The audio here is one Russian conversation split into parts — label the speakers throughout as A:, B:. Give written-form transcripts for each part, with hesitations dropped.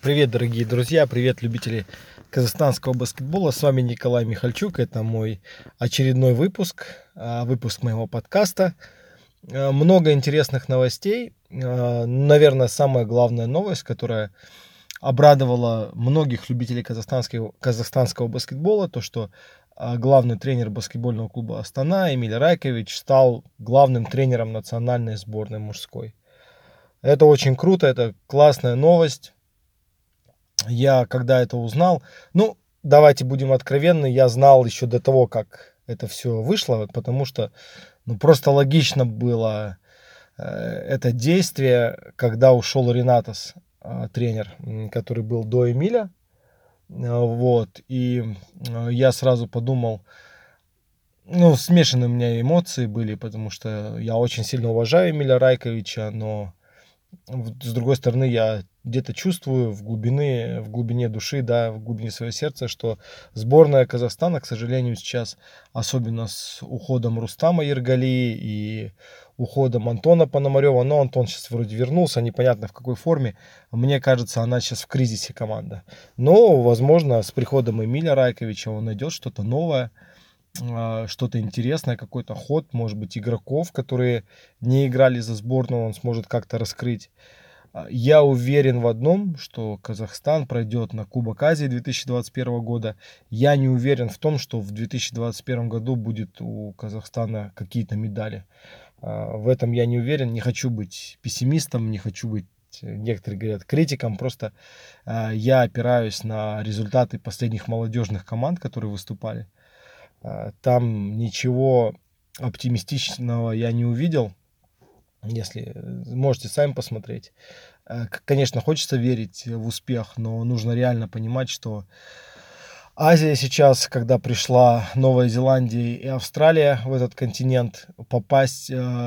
A: Привет, дорогие друзья, привет, любители казахстанского баскетбола. С вами Николай Михальчук. Это мой очередной выпуск моего подкаста. Много интересных новостей. Наверное, самая главная новость, которая обрадовала многих любителей казахстанского баскетбола, то, что главный тренер баскетбольного клуба Астана Эмиль Райкович стал главным тренером национальной сборной мужской. Это очень круто, это классная новость. Я когда это узнал, давайте будем откровенны, я знал еще до того, как это все вышло, потому что, просто логично было это действие, когда ушел Ренатос, тренер, который был до Эмиля, вот, и я сразу подумал, смешанные у меня эмоции были, потому что я очень сильно уважаю Эмиля Райковича, но с другой стороны, я где-то чувствую в глубине души, да, в глубине своего сердца, что сборная Казахстана, к сожалению, сейчас, особенно с уходом Рустама Ергали и уходом Антона Пономарева, но Антон сейчас вроде вернулся, непонятно в какой форме, мне кажется, она сейчас в кризисе команда. Но, возможно, с приходом Эмиля Райковича он найдет что-то новое, что-то интересное, какой-то ход, может быть, игроков, которые не играли за сборную, он сможет как-то раскрыть. Я уверен в одном, что Казахстан пройдет на Кубок Азии 2021 года. Я не уверен в том, что в 2021 году будет у Казахстана какие-то медали. В этом я не уверен. Не хочу быть пессимистом, не хочу быть, некоторые говорят, критиком. Просто я опираюсь на результаты последних молодежных команд, которые выступали. Там ничего оптимистичного я не увидел. Если можете сами посмотреть. Конечно, хочется верить в успех, но нужно реально понимать, что Азия сейчас, когда пришла Новая Зеландия и Австралия в этот континент, попасть,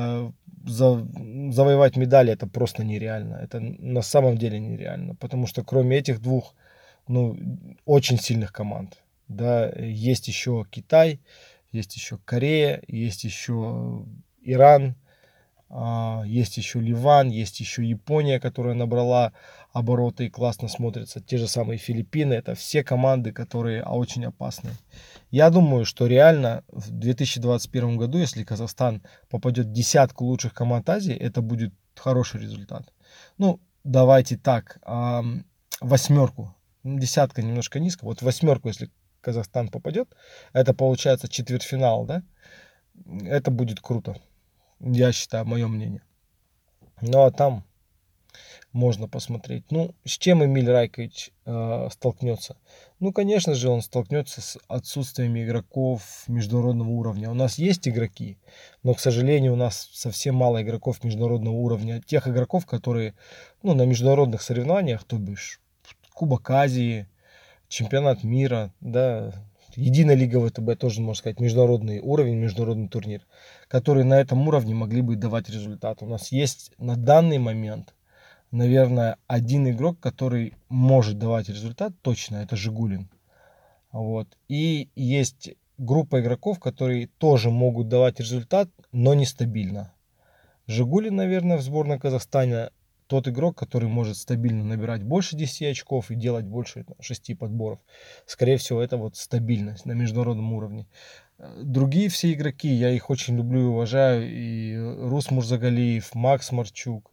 A: завоевать медали, это просто нереально. Это на самом деле нереально, потому что кроме этих двух, очень сильных команд, да, есть еще Китай, есть еще Корея, есть еще Иран, есть еще Ливан, есть еще Япония, которая набрала обороты и классно смотрится. Те же самые Филиппины. Это все команды, которые очень опасны. Я думаю, что реально в 2021 году, если Казахстан попадет в десятку лучших команд Азии, это будет хороший результат. Давайте так, восьмерку. Десятка немножко низко. Вот восьмерку, если Казахстан попадет, это получается четвертьфинал, да? Это будет круто. Я считаю, мое мнение. А там можно посмотреть. С чем Эмиль Райкович столкнется? Конечно же, он столкнется с отсутствием игроков международного уровня. У нас есть игроки, но, к сожалению, у нас совсем мало игроков международного уровня. Тех игроков, которые на международных соревнованиях, то бишь Кубок Азии, чемпионат мира, да, единая лига ВТБ, тоже, можно сказать, международный уровень, международный турнир, которые на этом уровне могли бы давать результат. У нас есть на данный момент, наверное, один игрок, который может давать результат, точно, это Жигулин. Вот. И есть группа игроков, которые тоже могут давать результат, но нестабильно. Жигулин, наверное, в сборной Казахстана тот игрок, который может стабильно набирать больше 10 очков и делать больше 6 подборов. Скорее всего, это вот стабильность на международном уровне. Другие все игроки, я их очень люблю и уважаю. И Рус Мурзагалиев, Макс Марчук.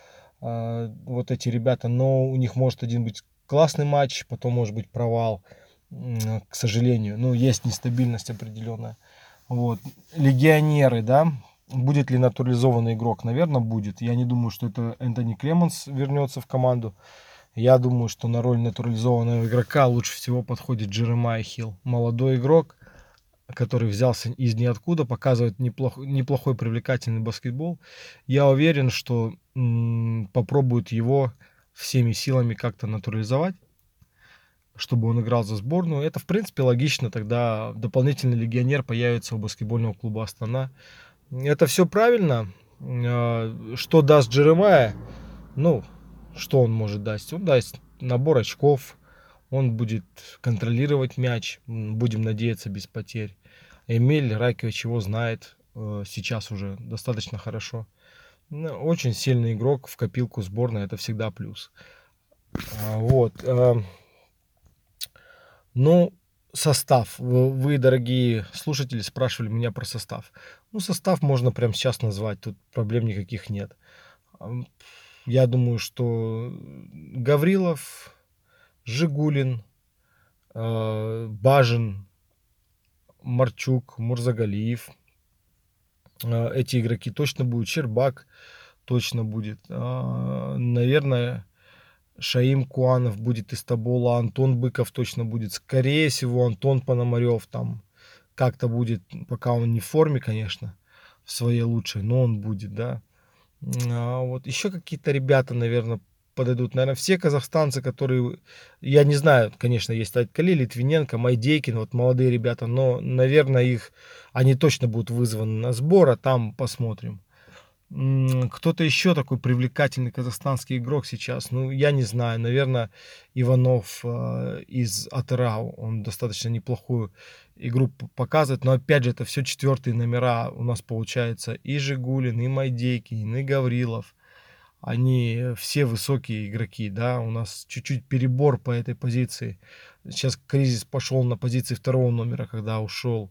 A: Вот эти ребята, но у них может один быть классный матч, потом может быть провал, к сожалению. Есть нестабильность определенная. Вот. Легионеры, да, будет ли натурализованный игрок? Наверное, будет. Я не думаю, что это Энтони Клеменс вернется в команду. Я думаю, что на роль натурализованного игрока лучше всего подходит Джеремайя Хилл. Молодой игрок, который взялся из ниоткуда, показывает неплохой привлекательный баскетбол. Я уверен, что попробуют его всеми силами как-то натурализовать, чтобы он играл за сборную. Это, в принципе, логично. Тогда дополнительный легионер появится у баскетбольного клуба Астана. Это все правильно. Что даст Джеремайя? Что он может дать? Он даст набор очков. Он будет контролировать мяч. Будем надеяться, без потерь. Эмиль Райкович его знает сейчас уже достаточно хорошо. Очень сильный игрок в копилку сборной. Это всегда плюс. Вот. Ну, состав. Вы, дорогие слушатели, спрашивали меня про состав. Ну, состав можно прямо сейчас назвать, тут проблем никаких нет. Ам, Я думаю, что Гаврилов, Жигулин, Бажин, Марчук, Мурзагалиев. Эти игроки точно будут. Щербак точно будет. Наверное, Шаим Куанов будет из Тобола, Антон Быков точно будет. Скорее всего, Антон Пономарев там как-то будет, пока он не в форме, конечно, в своей лучшей, но он будет, да. Вот еще какие-то ребята, наверное, подойдут. Наверное, все казахстанцы, которые, я не знаю, конечно, есть Айткали, Литвиненко, Майдейкин, вот молодые ребята, но, наверное, они точно будут вызваны на сбор, а там посмотрим. Кто-то еще такой привлекательный казахстанский игрок сейчас, ну, я не знаю, наверное, Иванов из Атырау, он достаточно неплохую игру показывает, но опять же, это все четвертые номера у нас получается, и Жигулин, и Майдейкин, и Гаврилов, они все высокие игроки, да, у нас чуть-чуть перебор по этой позиции, сейчас кризис пошел на позиции второго номера, когда ушел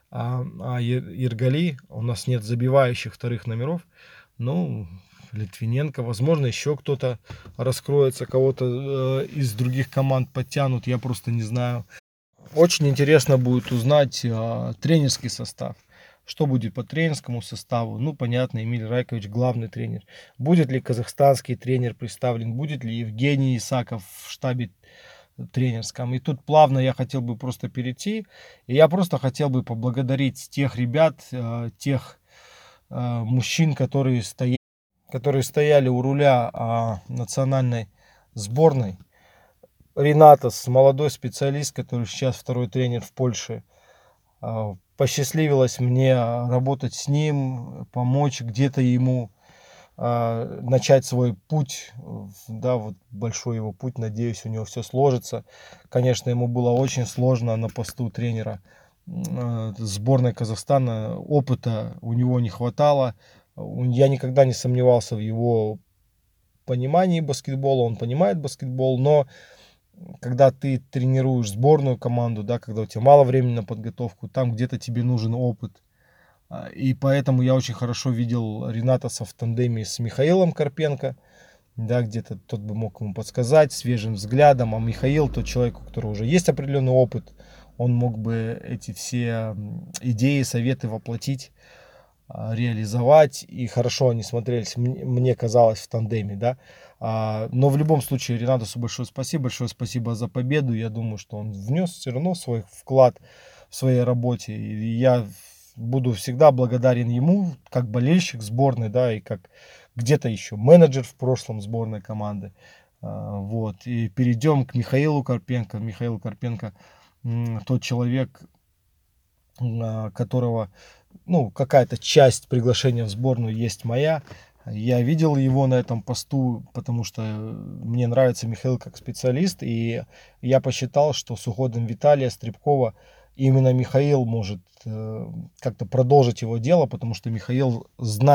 A: Иргали, у нас нет забивающих вторых номеров, ну, Литвиненко, возможно, еще кто-то раскроется, кого-то из других команд подтянут, я просто не знаю. Очень интересно будет узнать тренерский состав. Что будет по тренерскому составу? Ну, понятно, Эмиль Райкович главный тренер. Будет ли казахстанский тренер представлен? Будет ли Евгений Исаков в штабе тренерском? И тут плавно я хотел бы просто перейти. И я просто хотел бы поблагодарить тех ребят, тех мужчин, которые стояли у руля национальной сборной. Ренатос, молодой специалист, который сейчас второй тренер в Польше. Посчастливилось мне работать с ним, помочь где-то ему начать свой путь, да, вот большой его путь, надеюсь, у него все сложится. Конечно, ему было очень сложно на посту тренера сборной Казахстана, опыта у него не хватало, я никогда не сомневался в его понимании баскетбола, он понимает баскетбол, но когда ты тренируешь сборную команду, да, когда у тебя мало времени на подготовку, там где-то тебе нужен опыт. И поэтому я очень хорошо видел Ренатоса в тандеме с Михаилом Карпенко, да, где-то тот бы мог ему подсказать свежим взглядом, а Михаил, тот человек, у которого уже есть определенный опыт, он мог бы эти все идеи, советы воплотить, реализовать, и хорошо они смотрелись, мне казалось, в тандеме, да. Но в любом случае Ренатосу большое спасибо за победу, я думаю, что он внес все равно свой вклад в своей работе, и я буду всегда благодарен ему, как болельщик сборной, да, и как где-то еще менеджер в прошлом сборной команды. Вот, и перейдем к Михаилу Карпенко. Михаил Карпенко, тот человек, которого, ну, какая-то часть приглашения в сборную есть моя. Я видел его на этом посту, потому что мне нравится Михаил как специалист, и я посчитал, что с уходом Виталия Стрибкова именно Михаил может как-то продолжить его дело, потому что Михаил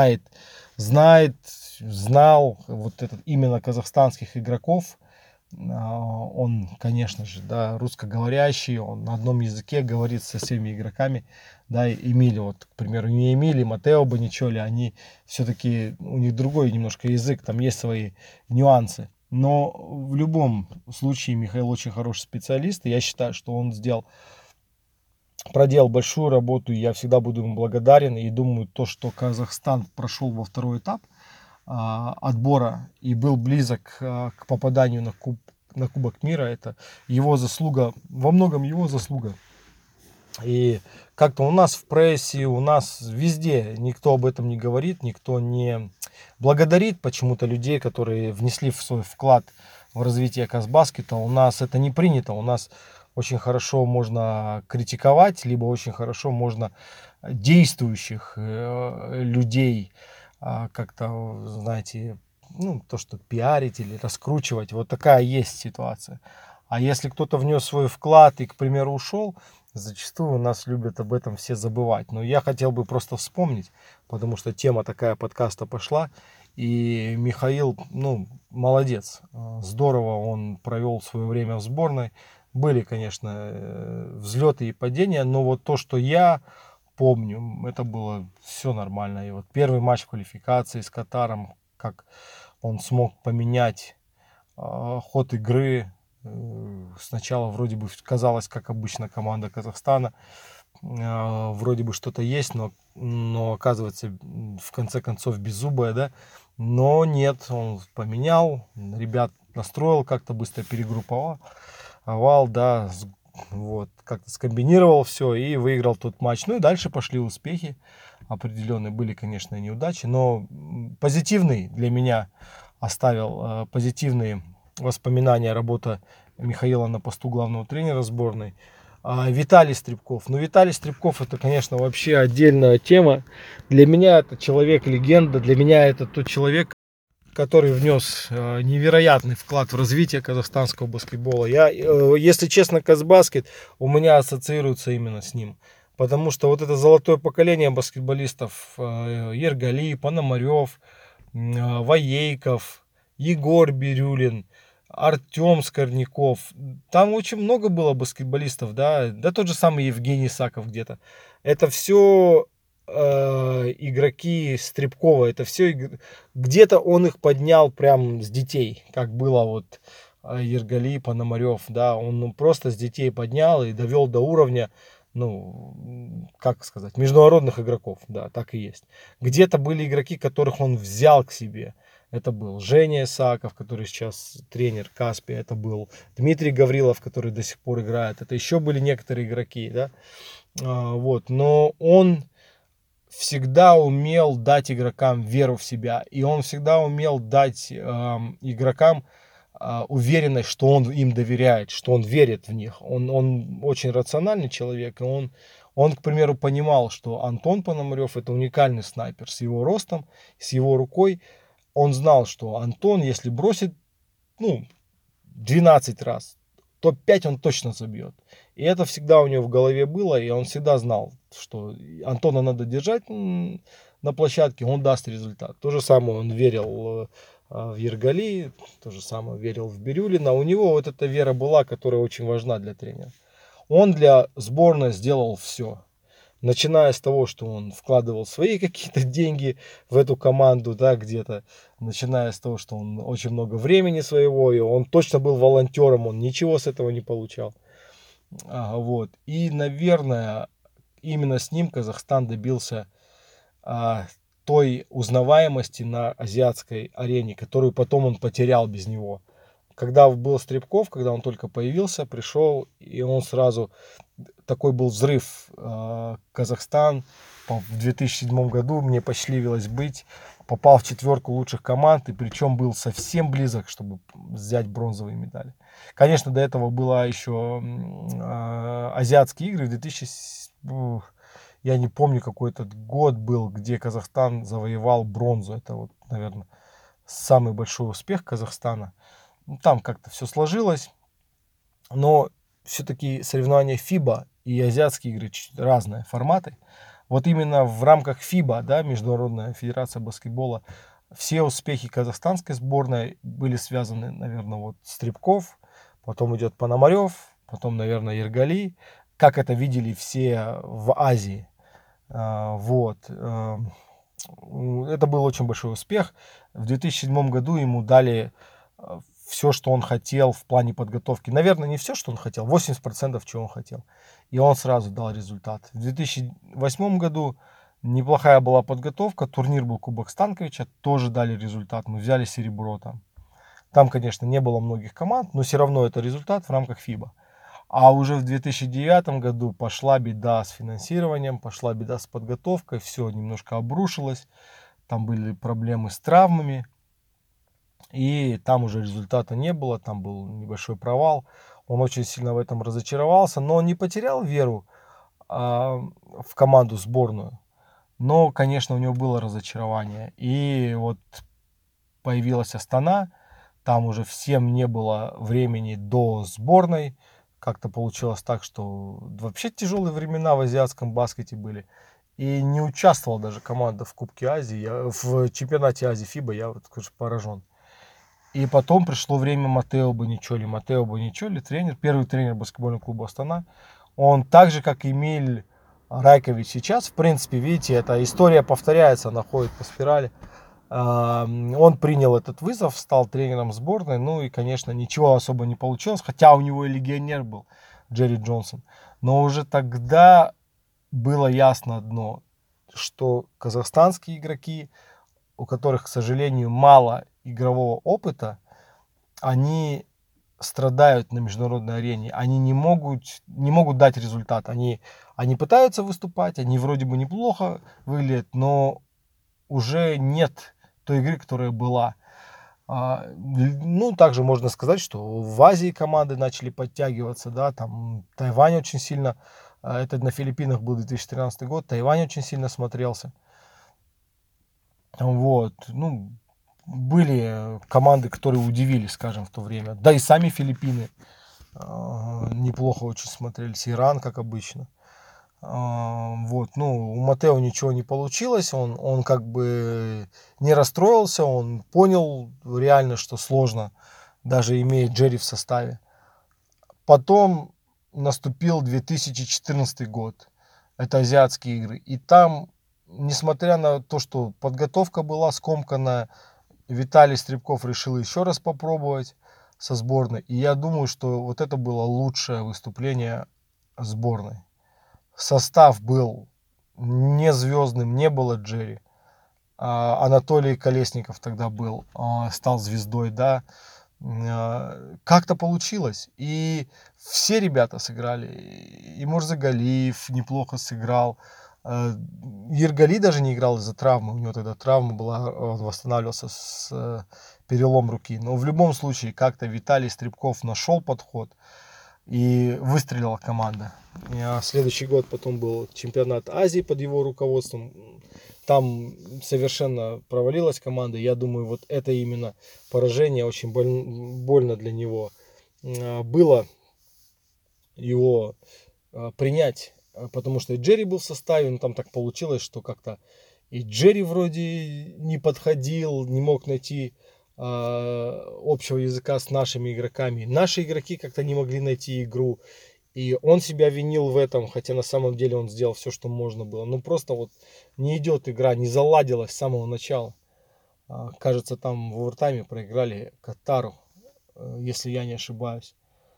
A: знал вот этот именно казахстанских игроков. Он, конечно же, да, русскоговорящий, он на одном языке говорит со всеми игроками, да, Эмили, вот, к примеру, не Эмили, Матео Боничоли, они все-таки, у них другой немножко язык, там есть свои нюансы, но в любом случае Михаил очень хороший специалист, и я считаю, что он проделал большую работу, и я всегда буду ему благодарен, и думаю, то, что Казахстан прошел во второй этап отбора и был близок к попаданию на Кубок мира, это его заслуга, во многом его заслуга. И как-то у нас в прессе, у нас везде никто об этом не говорит, никто не благодарит почему-то людей, которые внесли в свой вклад в развитие Казбаскета. У нас это не принято, у нас очень хорошо можно критиковать, либо очень хорошо можно действующих людей как-то, знаете, ну, то, что пиарить или раскручивать. Вот такая есть ситуация. А если кто-то внес свой вклад и, к примеру, ушел, зачастую у нас любят об этом все забывать. Но я хотел бы просто вспомнить, потому что тема такая подкаста пошла. И Михаил, ну, молодец. Здорово он провел свое время в сборной. Были, конечно, взлеты и падения, но вот то, что я помню, это было все нормально. И вот первый матч в квалификации с Катаром, как он смог поменять ход игры. Сначала вроде бы казалось, как обычно, команда Казахстана. Вроде бы что-то есть, но оказывается, в конце концов, беззубая, да. Но нет, он поменял, ребят настроил, как-то быстро перегрупповал, да, вот, как-то скомбинировал все и выиграл тот матч. Ну и дальше пошли успехи определенные, были, конечно, неудачи, но позитивный для меня оставил позитивные воспоминания работа Михаила на посту главного тренера сборной. Виталий Стрибков. Ну, Виталий Стрибков это, конечно, вообще отдельная тема. Для меня это человек-легенда. Для меня это тот человек, который внес невероятный вклад в развитие казахстанского баскетбола. Если честно, Казбаскет у меня ассоциируется именно с ним. Потому что вот это золотое поколение баскетболистов, Ергали, Пономарев, Воейков, Егор Бирюлин, Артем Скорняков. Там очень много было баскетболистов, да тот же самый Евгений Саков где-то. Это все игроки Стрибкова, это все где-то он их поднял прям с детей, как было вот Ергали, Пономарев, да, он просто с детей поднял и довел до уровня, ну, как сказать, международных игроков, да, так и есть. Где-то были игроки, которых он взял к себе. Это был Женя Исаков, который сейчас тренер Каспия. Это был Дмитрий Гаврилов, который до сих пор играет. Это еще были некоторые игроки, да. Вот. Но он всегда умел дать игрокам веру в себя. И он всегда умел дать игрокам уверенность, что он им доверяет, что он верит в них. Он очень рациональный человек. И он, к примеру, понимал, что Антон Пономарев это уникальный снайпер с его ростом, с его рукой. Он знал, что Антон, если бросит, 12 раз, то 5 он точно забьет. И это всегда у него в голове было, и он всегда знал, что Антона надо держать на площадке, он даст результат. То же самое он верил в Ергали, то же самое верил в Бирюлина. У него вот эта вера была, которая очень важна для тренера. Он для сборной сделал все. Начиная с того, что он вкладывал свои какие-то деньги в эту команду, да, где-то. Начиная с того, что он очень много времени своего, и он точно был волонтером, он ничего с этого не получал. Вот. И, наверное, именно с ним Казахстан добился той узнаваемости на азиатской арене, которую потом он потерял без него. Когда был Стрибков, когда он только появился, пришел, и он сразу, такой был взрыв. Казахстан в 2007 году, мне посчастливилось быть, попал в 4 лучших команд, и причем был совсем близок, чтобы взять бронзовые медали. Конечно, до этого была еще азиатские игры, 2000, я не помню, какой этот год был, где Казахстан завоевал бронзу. Это вот, наверное, самый большой успех Казахстана. Там как-то все сложилось, но все-таки соревнования FIBA и азиатские игры чуть разные форматы. Вот именно в рамках FIBA, да, Международная федерация баскетбола, все успехи казахстанской сборной были связаны, наверное, вот Стрибков, потом идет Пономарев, потом, наверное, Ергали, как это видели все в Азии. Вот. Это был очень большой успех. В 2007 году ему дали все, что он хотел в плане подготовки. Наверное, не все, что он хотел, 80%, чего он хотел. И он сразу дал результат. В 2008 году неплохая была подготовка. Турнир был Кубок Станковича. Тоже дали результат. Мы взяли серебро там. Там, конечно, не было многих команд, но все равно это результат в рамках FIBA. А уже в 2009 году пошла беда с финансированием, пошла беда с подготовкой. Все немножко обрушилось. Там были проблемы с травмами. И там уже результата не было, там был небольшой провал. Он очень сильно в этом разочаровался, но он не потерял веру в команду сборную. Но, конечно, у него было разочарование. И вот появилась Астана, там уже всем не было времени до сборной. Как-то получилось так, что вообще тяжелые времена в азиатском баскете были. И не участвовала даже команда в Кубке Азии, в чемпионате Азии FIBA, я вот, конечно, поражен. И потом пришло время Матео Боничоли. Матео Боничоли, тренер, первый тренер баскетбольного клуба Астана. Он так же, как Эмиль Райкович сейчас, в принципе, видите, эта история повторяется, она ходит по спирали. Он принял этот вызов, стал тренером сборной. Ну и, конечно, ничего особо не получилось. Хотя у него и легионер был Джерри Джонсон. Но уже тогда было ясно одно, что казахстанские игроки, у которых, к сожалению, мало игрового опыта, они страдают на международной арене. Они не могут дать результат. Они пытаются выступать, они вроде бы неплохо выглядят, но уже нет той игры, которая была. Ну, также можно сказать, что в Азии команды начали подтягиваться, да, там Тайвань очень сильно, это на Филиппинах был 2013 год, Тайвань очень сильно смотрелся. Вот, ну, были команды, которые удивили, скажем, в то время. Да и сами Филиппины неплохо очень смотрелись, Иран, как обычно. Вот, ну, у Матео ничего не получилось, он как бы не расстроился, он понял реально, что сложно, даже имея Джерри в составе. Потом наступил 2014 год, это азиатские игры, и там, несмотря на то, что подготовка была скомканная, Виталий Стрибков решил еще раз попробовать со сборной, и я думаю, что вот это было лучшее выступление сборной. Состав был не звездным, не было Джерри. Анатолий Колесников тогда был, стал звездой, да. Как-то получилось. И все ребята сыграли. И Мурзагалиев неплохо сыграл. Ергали даже не играл из-за травмы. У него тогда травма была, он восстанавливался с перелом руки. Но в любом случае как-то Виталий Стрибков нашел подход. И выстрелила команда. Следующий год потом был чемпионат Азии под его руководством. Там совершенно провалилась команда. Я думаю, вот это именно поражение очень больно для него было его принять. Потому что и Джерри был в составе, но там так получилось, что как-то и Джерри вроде не подходил, не мог найти общего языка с нашими игроками. Наши игроки как-то не могли найти игру. И он себя винил в этом, хотя на самом деле он сделал все, что можно было. Ну просто вот не идет игра, не заладилась с самого начала. Кажется, там в овертайме проиграли Катару, если я не ошибаюсь.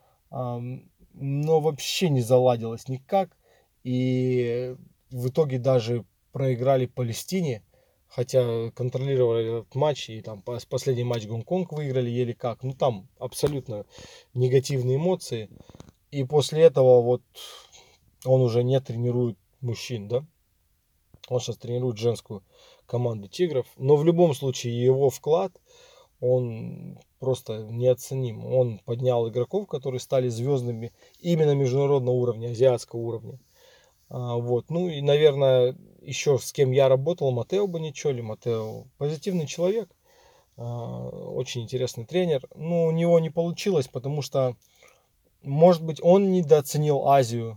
A: Но вообще не заладилось никак. И в итоге даже проиграли Палестине. Хотя контролировали этот матч, и там последний матч Гонконг выиграли еле как. Ну там абсолютно негативные эмоции. И после этого вот он уже не тренирует мужчин, да. Он сейчас тренирует женскую команду Тигров. Но в любом случае его вклад, он просто неоценим. Он поднял игроков, которые стали звездными именно международного уровня, азиатского уровня. Вот. Ну и, наверное, еще с кем я работал, Матео Боничоли. Матео позитивный человек, очень интересный тренер. Но у него не получилось, потому что, может быть, он недооценил Азию.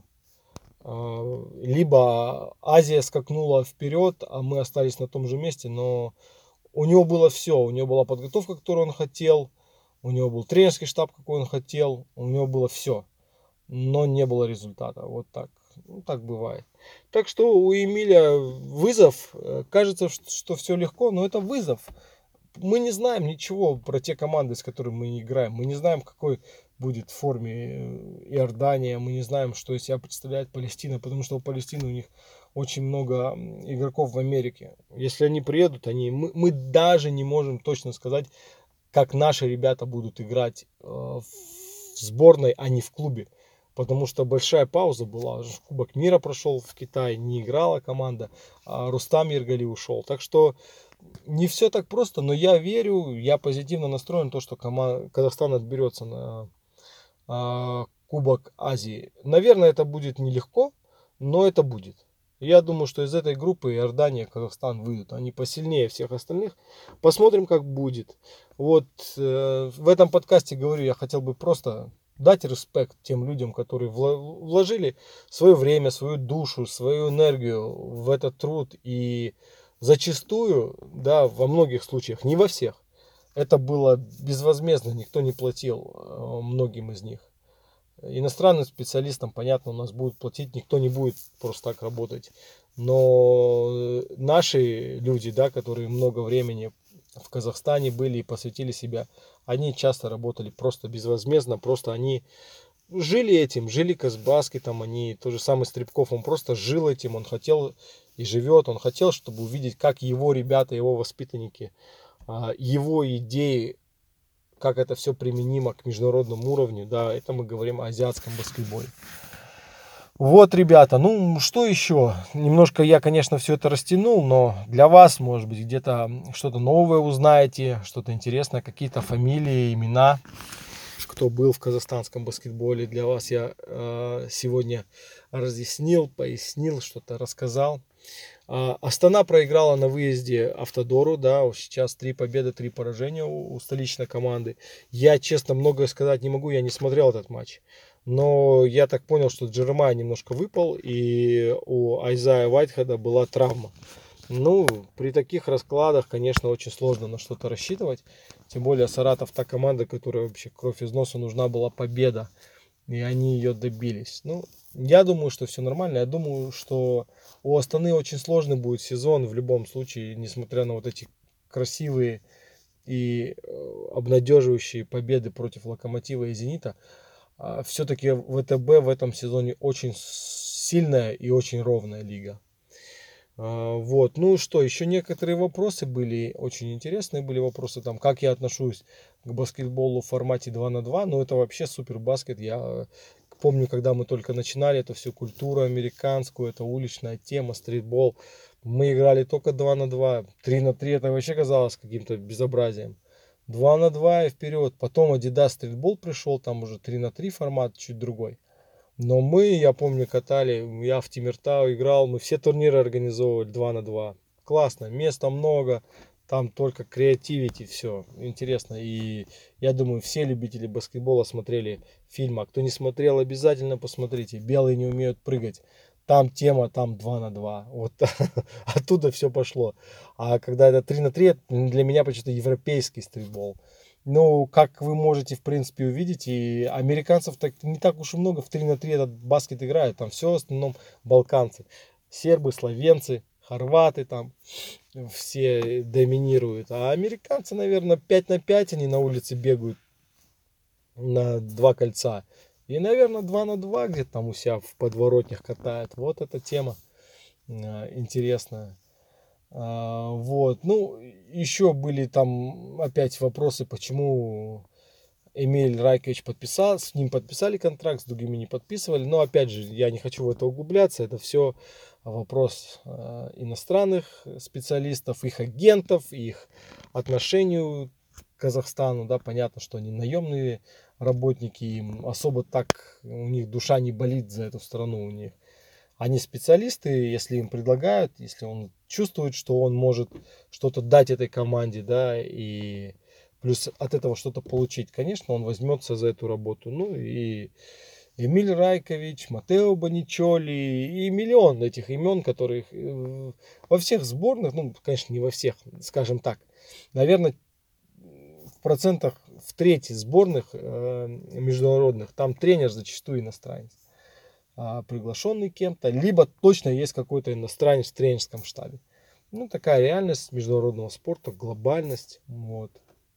A: Либо Азия скакнула вперед, а мы остались на том же месте, но у него было все. У него была подготовка, которую он хотел, у него был тренерский штаб, какой он хотел, у него было все, но не было результата. Вот так. Ну, так бывает. Так что у Эмиля вызов. Кажется, что все легко, но это вызов. Мы не знаем ничего про те команды, с которыми мы играем. Мы не знаем, в какой будет в форме Иордания. Мы не знаем, что из себя представляет Палестина, потому что у Палестины у них очень много игроков в Америке. Если они приедут, мы даже не можем точно сказать, как наши ребята будут играть в сборной, а не в клубе. Потому что большая пауза была. Кубок мира прошел в Китае, не играла команда, а Рустам Ергали ушел. Так что не все так просто, но я верю, я позитивно настроен, то, что Казахстан отберется на Кубок Азии. Наверное, это будет нелегко, но это будет. Я думаю, что из этой группы Иордания, Казахстан выйдут. Они посильнее всех остальных. Посмотрим, как будет. Вот в этом подкасте, говорю, я хотел бы просто дать респект тем людям, которые вложили свое время, свою душу, свою энергию в этот труд. И зачастую, да, во многих случаях, не во всех, это было безвозмездно, никто не платил многим из них. Иностранным специалистам, понятно, у нас будут платить, никто не будет просто так работать. Но наши люди, да, которые много времени в Казахстане были и посвятили себя, они часто работали просто безвозмездно, просто они жили этим, жили Казбаскетом, они, тот же самый Стрибков, он просто жил этим, он хотел и живет, он хотел, чтобы увидеть, как его ребята, его воспитанники, его идеи, как это все применимо к международному уровню, да, это мы говорим о азиатском баскетболе. Вот, ребята, ну что еще? Немножко я, конечно, все это растянул, но для вас, может быть, где-то что-то новое узнаете, что-то интересное, какие-то фамилии, имена, кто был в казахстанском баскетболе. Для вас я сегодня разъяснил, пояснил, что-то рассказал. Астана проиграла на выезде Автодору, да, сейчас 3 победы, 3 поражения у столичной команды. Я, честно, многое сказать не могу, я не смотрел этот матч. Но я так понял, что Джеремай немножко выпал, и у Айзая Уайтхеда была травма. Ну, при таких раскладах, конечно, очень сложно на что-то рассчитывать. Тем более Саратов та команда, которая вообще кровь из носа, нужна была победа. И они ее добились. Ну, я думаю, что все нормально. Я думаю, что у Астаны очень сложный будет сезон в любом случае, несмотря на вот эти красивые и обнадеживающие победы против Локомотива и Зенита. Все-таки ВТБ в этом сезоне очень сильная и очень ровная лига. Вот, ну что, еще некоторые вопросы были, очень интересные были вопросы, там, как я отношусь к баскетболу в формате 2 на 2, ну это вообще супер баскет, я помню, когда мы только начинали эту всю культуру американскую, это уличная тема, стритбол, мы играли только 2 на 2, 3 на 3, это вообще казалось каким-то безобразием. 2 на 2 и вперед, потом Adidas стритбол пришел, там уже 3 на 3 формат, чуть другой. Но мы, я помню, катали, я в Тимиртау играл, мы все турниры организовывали 2 на 2. Классно, места много, там только креативити, все интересно. И я думаю, все любители баскетбола смотрели фильм, а кто не смотрел, обязательно посмотрите. Белые не умеют прыгать. Там тема, там 2 на 2. Вот оттуда все пошло. А когда это 3 на 3, для меня почему-то европейский стритбол. Ну, как вы можете, в принципе, увидеть, и американцев так не так уж и много в 3 на 3 этот баскет играют. Там все в основном балканцы. Сербы, словенцы, хорваты там все доминируют. А американцы, наверное, 5 на 5 они на улице бегают на 2 кольца. И, наверное, 2 на 2 где-то там у себя в подворотнях катают. Вот эта тема интересная. Вот, ну, еще были там опять вопросы, почему Эмиль Райкович подписал, с ним подписали контракт, с другими не подписывали. Но опять же, я не хочу в это углубляться, это все вопрос иностранных специалистов, их агентов, их отношению к Казахстану, да, понятно, что они наемные работники, им особо так, у них душа не болит за эту страну, у них они специалисты, если им предлагают, если он чувствует, что он может что-то дать этой команде, да, и плюс от этого что-то получить, конечно, он возьмется за эту работу. Ну и Эмиль Райкович, Матео Боничоли и миллион этих имен, которых во всех сборных, ну, конечно, не во всех, скажем так, наверное, в процентах в трети сборных международных, там тренер зачастую иностранец, приглашенный кем-то, либо точно есть какой-то иностранец в тренерском штабе. Ну, такая реальность международного спорта, глобальность. Вот.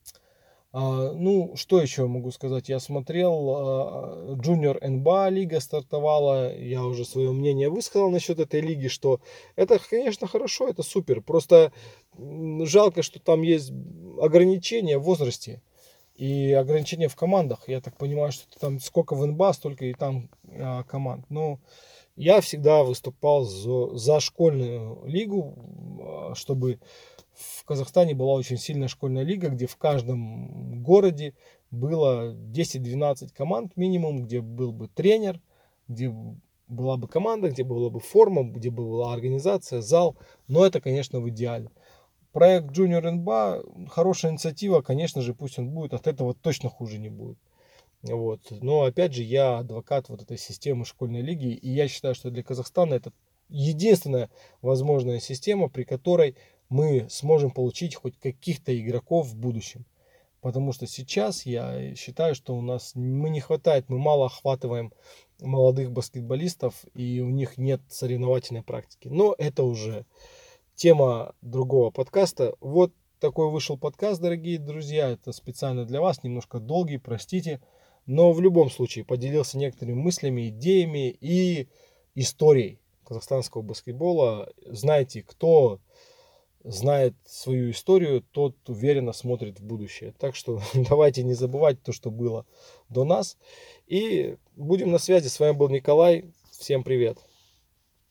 A: Ну, что еще могу сказать? Я смотрел, Junior NBA лига стартовала, я уже свое мнение высказал насчет этой лиги, что это, конечно, хорошо, это супер, просто жалко, что там есть ограничения в возрасте и ограничения в командах. Я так понимаю, что там сколько в НБА, столько и там команд. Но я всегда выступал за школьную лигу, чтобы в Казахстане была очень сильная школьная лига, где в каждом городе было 10-12 команд минимум, где был бы тренер, где была бы команда, где была бы форма, где бы была организация, зал. Но это, конечно, в идеале. Проект Junior NBA хорошая инициатива, конечно же, пусть он будет, от этого точно хуже не будет. Вот. Но опять же, я адвокат вот этой системы школьной лиги, и я считаю, что для Казахстана это единственная возможная система, при которой мы сможем получить хоть каких-то игроков в будущем. Потому что сейчас я считаю, что мы не хватает, мы мало охватываем молодых баскетболистов, и у них нет соревновательной практики. Но это уже тема другого подкаста. Вот такой вышел подкаст, дорогие друзья. Это специально для вас, немножко долгий, простите. Но в любом случае поделился некоторыми мыслями, идеями и историей казахстанского баскетбола. Знаете, кто знает свою историю, тот уверенно смотрит в будущее. Так что давайте не забывать то, что было до нас. И будем на связи. С вами был Николай. Всем привет.